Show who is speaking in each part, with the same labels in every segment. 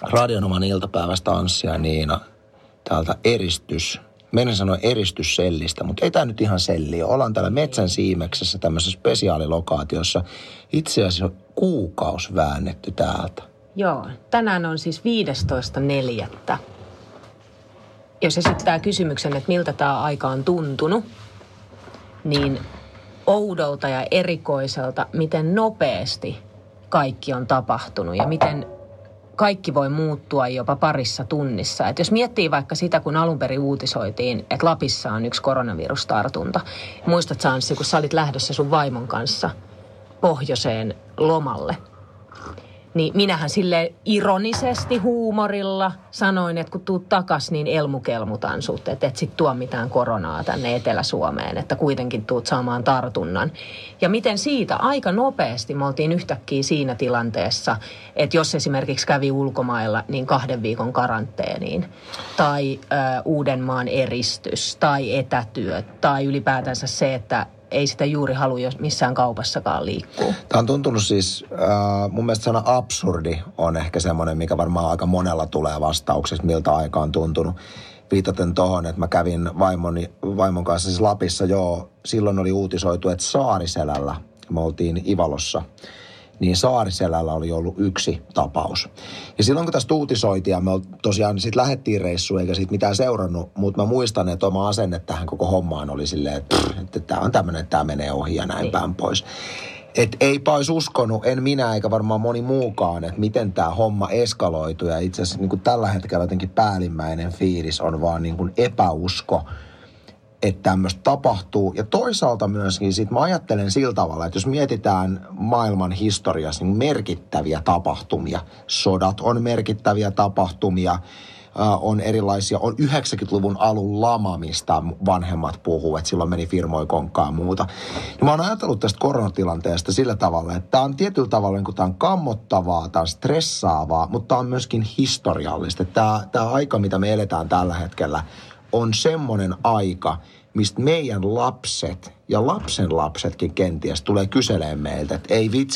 Speaker 1: Radionoman iltapäivästä Anssi ja Niina täältä meidän sanoa eristyssellistä, mutta ei tämä nyt ihan selli ole. Ollaan täällä Metsän Siimeksessä tämmöisessä spesiaalilokaatiossa. Itse asiassa kuukausi väännetty täältä.
Speaker 2: Joo, tänään on siis 15.4. Jos esittää kysymyksen, että miltä tämä aika on tuntunut, niin oudolta ja erikoiselta, miten nopeasti kaikki on tapahtunut ja miten kaikki voi muuttua jopa parissa tunnissa. Et jos miettii vaikka sitä, kun alun perin uutisoitiin, että Lapissa on yksi koronavirustartunta. Muistatko, Anssi, kun sä olit lähdössä sun vaimon kanssa pohjoiseen lomalle? Niin minähän sille ironisesti, huumorilla sanoin, että kun tuut takas, niin elmukelmutan sut. Että et sit tuo mitään koronaa tänne Etelä-Suomeen, että kuitenkin tuut saamaan tartunnan. Ja miten siitä aika nopeasti me oltiin yhtäkkiä siinä tilanteessa, että jos esimerkiksi kävi ulkomailla, niin 2 viikon karanteeniin. Tai Uudenmaan eristys, tai etätyöt, tai ylipäätänsä se, että ei sitä juuri halua, jos missään kaupassakaan liikkuu.
Speaker 1: Tämä on tuntunut siis, mun mielestä sana absurdi on ehkä semmoinen, mikä varmaan aika monella tulee vastauksessa, miltä aika on tuntunut. Viitaten tohon, että mä kävin vaimon kanssa siis Lapissa, silloin oli uutisoitu, että Saariselällä, me oltiin Ivalossa, niin Saariselällä oli ollut yksi tapaus. Ja silloin kun tästä uutisoitiin ja me tosiaan sitten lähdettiin reissuun eikä siitä mitään seurannut, mutta mä muistan, että oma asenne tähän koko hommaan oli silleen, että tämä on tämmöinen, että tämä menee ohi ja näin päin pois. Että eipä olisi uskonut, en minä eikä varmaan moni muukaan, että miten tämä homma eskaloituu. Ja itse asiassa niin kuin tällä hetkellä jotenkin päällimmäinen fiilis on vaan niin kuin epäusko, että tämmöistä tapahtuu. Ja toisaalta myöskin sit mä ajattelen sillä tavalla, että jos mietitään maailman historiassa niin merkittäviä tapahtumia, sodat on merkittäviä tapahtumia, on erilaisia, on 90-luvun alun lama, mistä vanhemmat puhuu, että silloin meni firmoja konkkaan ja muuta. Ja mä oon ajatellut tästä koronatilanteesta sillä tavalla, että tämä on tietyllä tavalla, niin tämä on kammottavaa, tämä on stressaavaa, mutta tämä on myöskin historiallista. Tämä aika, mitä me eletään tällä hetkellä, on semmoinen aika, mistä meidän lapset ja lapsenlapsetkin kenties tulee kyselemään meiltä, että ei vitsi,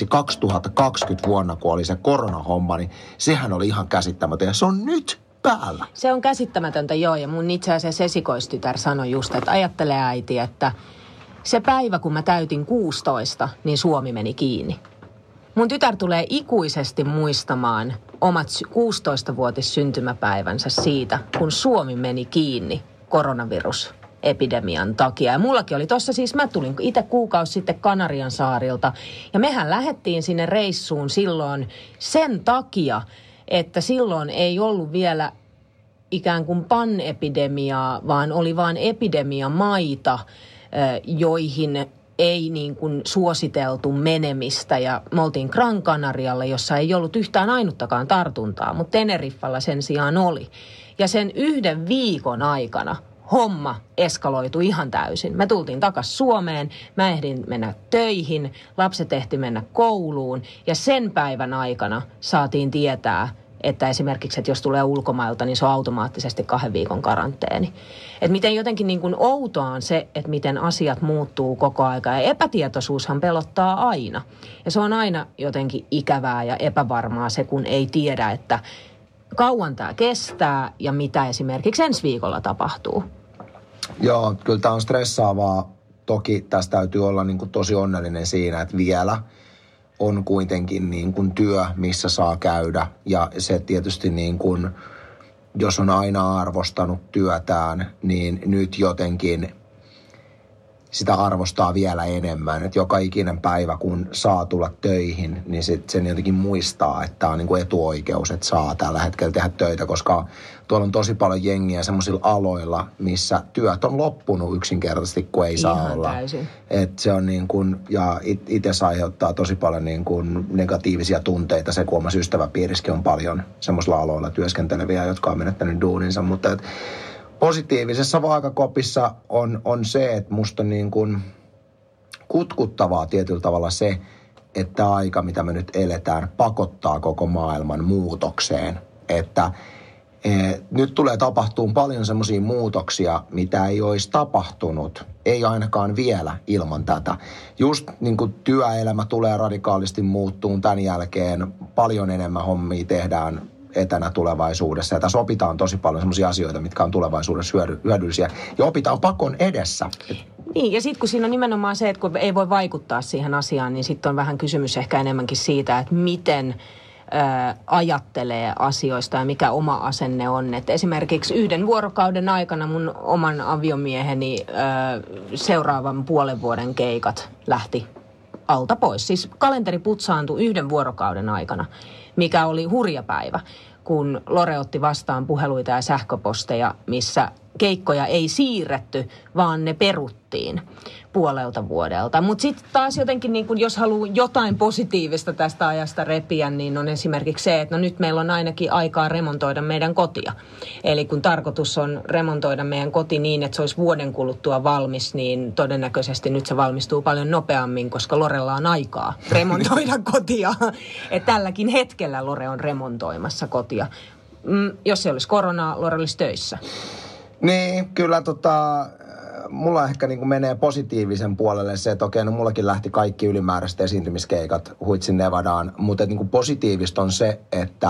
Speaker 1: 2020 vuonna, kun oli se koronahomma, niin sehän oli ihan käsittämätöntä ja se on nyt päällä.
Speaker 2: Se on käsittämätöntä, joo, ja mun itse asiassa esikoistytär sanoi just, että ajattele äiti, että se päivä, kun mä täytin 16, niin Suomi meni kiinni. Mun tytär tulee ikuisesti muistamaan omat 16-vuotis syntymäpäivänsä siitä, kun Suomi meni kiinni koronavirusepidemian takia. Ja mullakin oli tossa siis, mä tulin itse kuukausi sitten Kanarian saarilta. Ja mehän lähdettiin sinne reissuun silloin sen takia, että silloin ei ollut vielä ikään kuin panepidemiaa, vaan oli vaan epidemiamaita, joihin ei niin kuin suositeltu menemistä ja me oltiin Gran Canarialla, jossa ei ollut yhtään ainuttakaan tartuntaa, mutta Teneriffalla sen sijaan oli. Ja sen 1 viikon aikana homma eskaloitui ihan täysin. Me tultiin takaisin Suomeen, mä ehdin mennä töihin, lapset ehti mennä kouluun ja sen päivän aikana saatiin tietää, että esimerkiksi, että jos tulee ulkomailta, niin se on automaattisesti 2 viikon karanteeni. Että miten jotenkin niin kuin outoa on se, että miten asiat muuttuu koko aika. Ja epätietoisuushan pelottaa aina. Ja se on aina jotenkin ikävää ja epävarmaa se, kun ei tiedä, että kauan tämä kestää ja mitä esimerkiksi ensi viikolla tapahtuu.
Speaker 1: Joo, kyllä tämä on stressaavaa. Toki tässä täytyy olla niin kuin tosi onnellinen siinä, että vielä on kuitenkin niin kuin työ, missä saa käydä. Ja se tietysti niin kuin, jos on aina arvostanut työtään, niin nyt jotenkin sitä arvostaa vielä enemmän. Että joka ikinen päivä, kun saa tulla töihin, niin sen jotenkin muistaa, että tämä on niin kuin etuoikeus, että saa tällä hetkellä tehdä töitä, koska tuolla on tosi paljon jengiä semmoisilla aloilla, missä työt on loppunut yksinkertaisesti, kun ei saa olla. Että se on niin kuin, ja itse se aiheuttaa tosi paljon niin kuin negatiivisia tunteita. Se, kun omassa ystäväpiirissäkin on paljon semmoisilla aloilla työskenteleviä, jotka on menettänyt duuninsa, mutta positiivisessa vaakakopissa on se, että musta on niin kuin kutkuttavaa tietyllä tavalla se, että aika, mitä me nyt eletään, pakottaa koko maailman muutokseen. Että nyt tulee tapahtumaan paljon semmoisia muutoksia, mitä ei olisi tapahtunut, ei ainakaan vielä ilman tätä. Just niin kuin työelämä tulee radikaalisti muuttumaan tämän jälkeen, paljon enemmän hommia tehdään etänä tulevaisuudessa. Ja tässä opitaan tosi paljon sellaisia asioita, mitkä on tulevaisuudessa hyödyllisiä. Ja opitaan pakon edessä.
Speaker 2: Niin, ja sitten kun siinä on nimenomaan se, että kun ei voi vaikuttaa siihen asiaan, niin sitten on vähän kysymys ehkä enemmänkin siitä, että miten ajattelee asioista ja mikä oma asenne on. Et esimerkiksi 1 vuorokauden aikana mun oman aviomieheni seuraavan puolen vuoden keikat lähti alta pois. Siis kalenteri putsaantui 1 vuorokauden aikana, mikä oli hurja päivä, kun Lore otti vastaan puheluita ja sähköposteja, missä keikkoja ei siirretty, vaan ne peruttiin puolelta vuodelta. Mutta sitten taas jotenkin, niin kun jos haluaa jotain positiivista tästä ajasta repiä, niin on esimerkiksi se, että no nyt meillä on ainakin aikaa remontoida meidän kotia. Eli kun tarkoitus on remontoida meidän koti niin, että se olisi vuoden kuluttua valmis, niin todennäköisesti nyt se valmistuu paljon nopeammin, koska Lorella on aikaa remontoida kotia. Et tälläkin hetkellä Lore on remontoimassa kotia. Jos se olisi koronaa, Lore olisi töissä.
Speaker 1: Niin, kyllä mulla ehkä niin kuin menee positiivisen puolelle se, että okei, no mullakin lähti kaikki ylimääräiset esiintymiskeikat Huitsin Nevadaan, mutta niin kuin positiivista on se, että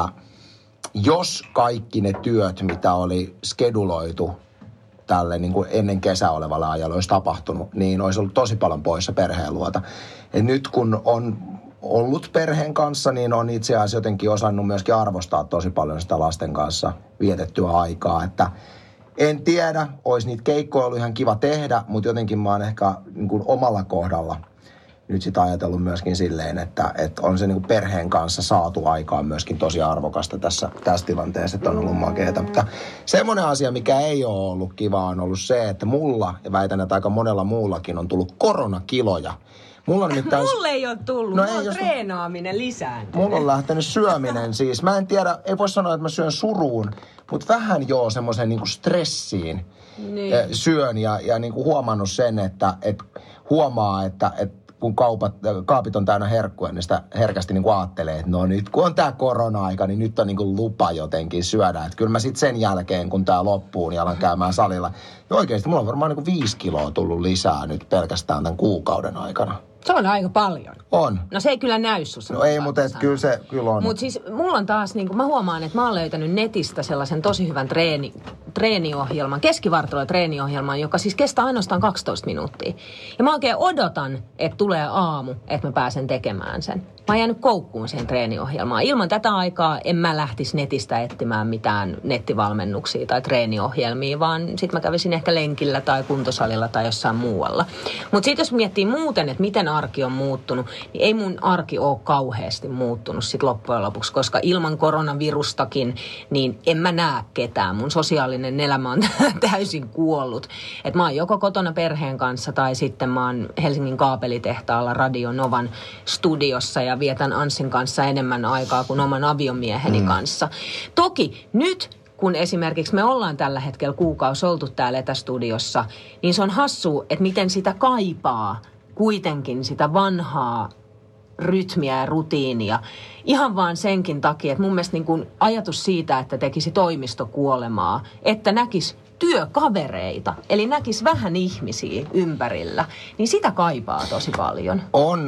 Speaker 1: jos kaikki ne työt, mitä oli skeduloitu tälle niin kuin ennen kesää olevalle ajalle olisi tapahtunut, niin olisi ollut tosi paljon poissa perheen luota. Ja nyt kun on ollut perheen kanssa, niin on itse asiassa jotenkin osannut myöskin arvostaa tosi paljon sitä lasten kanssa vietettyä aikaa, että en tiedä, olisi niitä keikkoja ollut ihan kiva tehdä, mutta jotenkin mä oon ehkä niin kuin omalla kohdalla nyt sitä ajatellut myöskin silleen, että on se niin kuin perheen kanssa saatu aikaan myöskin tosi arvokasta tässä tilanteessa, että on ollut makeeta. Mutta semmoinen asia, mikä ei ole ollut kiva, on ollut se, että mulla, ja väitän, että aika monella muullakin on tullut koronakiloja.
Speaker 2: Mulle ei ole tullut, mulla on treenaaminen lisääntynyt.
Speaker 1: Mulla on lähtenyt syöminen siis. Mä en tiedä, ei voi sanoa, että mä syön suruun, mutta vähän semmoisen niinku stressiin syön ja niinku huomannut sen, että huomaa, että kun kaapit on täynnä herkkuja, niin sitä herkästi niinku ajattelee, että no nyt kun on tää korona-aika, niin nyt on niinku lupa jotenkin syödä. Että kyllä mä sitten sen jälkeen, kun tää loppuu, niin alan käymään salilla. Ja oikeasti mulla on varmaan niinku 5 kiloa tullut lisää nyt pelkästään tämän kuukauden aikana.
Speaker 2: Se on aika paljon.
Speaker 1: On.
Speaker 2: No se ei kyllä näy sussa.
Speaker 1: No ei, mutta kyllä se kyllä on.
Speaker 2: Mutta siis mulla on taas, niin mä huomaan, että mä oon löytänyt netistä sellaisen tosi hyvän treeniohjelman, keskivartalo-treeniohjelman, joka siis kestää ainoastaan 12 minuuttia. Ja mä oikein odotan, että tulee aamu, että mä pääsen tekemään sen. Mä oon jäänyt koukkuun siihen treeniohjelmaan. Ilman tätä aikaa en mä lähtisi netistä etsimään mitään nettivalmennuksia tai treeniohjelmia, vaan sit mä kävisin ehkä lenkillä tai kuntosalilla tai jossain muualla. Mutta sit jos miettii muuten, että miten arki on muuttunut, niin ei mun arki ole kauheasti muuttunut sit loppujen lopuksi, koska ilman koronavirustakin, niin en mä näe ketään. Mun sosiaalinen elämä on täysin kuollut. Et mä oon joko kotona perheen kanssa tai sitten mä oon Helsingin kaapelitehtaalla Radio Novan studiossa ja vietän Anssin kanssa enemmän aikaa kuin oman aviomieheni kanssa. Toki nyt, kun esimerkiksi me ollaan tällä hetkellä kuukausi oltu täällä etästudiossa, niin se on hassua, että miten sitä kaipaa kuitenkin sitä vanhaa rytmiä ja rutiinia. Ihan vaan senkin takia, että mun mielestä niin kuin ajatus siitä, että tekisi toimistokuolemaa, että näkisi työkavereita, eli näkisi vähän ihmisiä ympärillä, niin sitä kaipaa tosi paljon.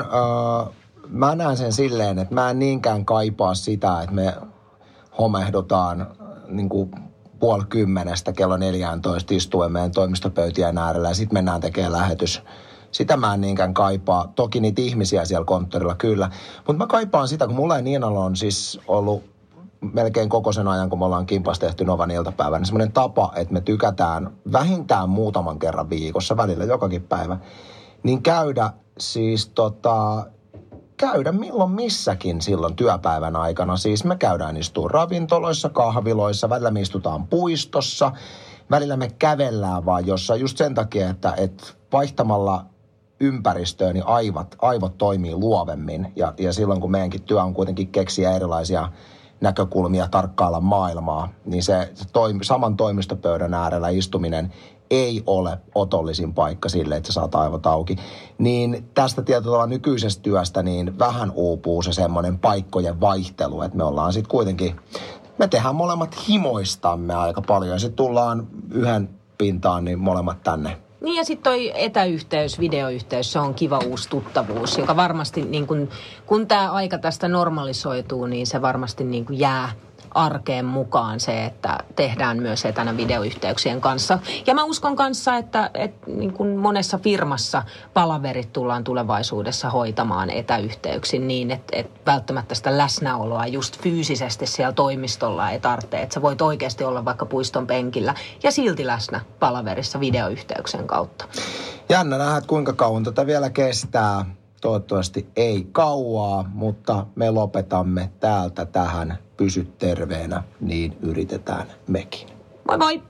Speaker 1: Mä näen sen silleen, että mä en niinkään kaipaa sitä, että me homehdutaan niin kuin 9:30 kello 14 istuen meidän toimistopöytien äärellä ja sitten mennään tekemään lähetys. Sitä mä en niinkään kaipaa. Toki niitä ihmisiä siellä konttorilla kyllä. Mutta mä kaipaan sitä, kun mulla ja Niinalla on siis ollut melkein koko sen ajan, kun me ollaan kimpas tehty Novan iltapäivän, niin semmoinen tapa, että me tykätään vähintään muutaman kerran viikossa, välillä jokakin päivä, niin käydä siis käydä milloin missäkin silloin työpäivän aikana. Siis me käydään istua ravintoloissa, kahviloissa, välillä me istutaan puistossa, välillä me kävellään vaan jossain just sen takia, että vaihtamalla ympäristöön, niin aivot toimii luovemmin. Ja silloin, kun meidänkin työ on kuitenkin keksiä erilaisia näkökulmia, tarkkailla maailmaa, niin se saman toimistopöydän äärellä istuminen ei ole otollisin paikka sille, että sä saat aivot auki. Niin tästä tietyllä nykyisestä työstä niin vähän uupuu se semmoinen paikkojen vaihtelu, että me ollaan sitten kuitenkin, me tehdään molemmat himoistamme aika paljon ja sitten tullaan yhden pintaan, niin molemmat tänne.
Speaker 2: Niin ja sitten toi etäyhteys, videoyhteys, se on kiva uusi tuttavuus, joka varmasti niin kun tämä aika tästä normalisoituu, niin se varmasti niin kun jää arkeen mukaan se, että tehdään myös etänä videoyhteyksien kanssa. Ja mä uskon kanssa, että niin kuin monessa firmassa palaverit tullaan tulevaisuudessa hoitamaan etäyhteyksin niin, että välttämättä sitä läsnäoloa just fyysisesti siellä toimistolla ei tarvitse. Että sä voit oikeasti olla vaikka puiston penkillä ja silti läsnä palaverissa videoyhteyksen kautta.
Speaker 1: Jännä nähdä, että kuinka kauan tätä vielä kestää. Toivottavasti ei kauaa, mutta me lopetamme täältä tähän. Pysy terveenä, niin yritetään mekin.
Speaker 2: Moi moi!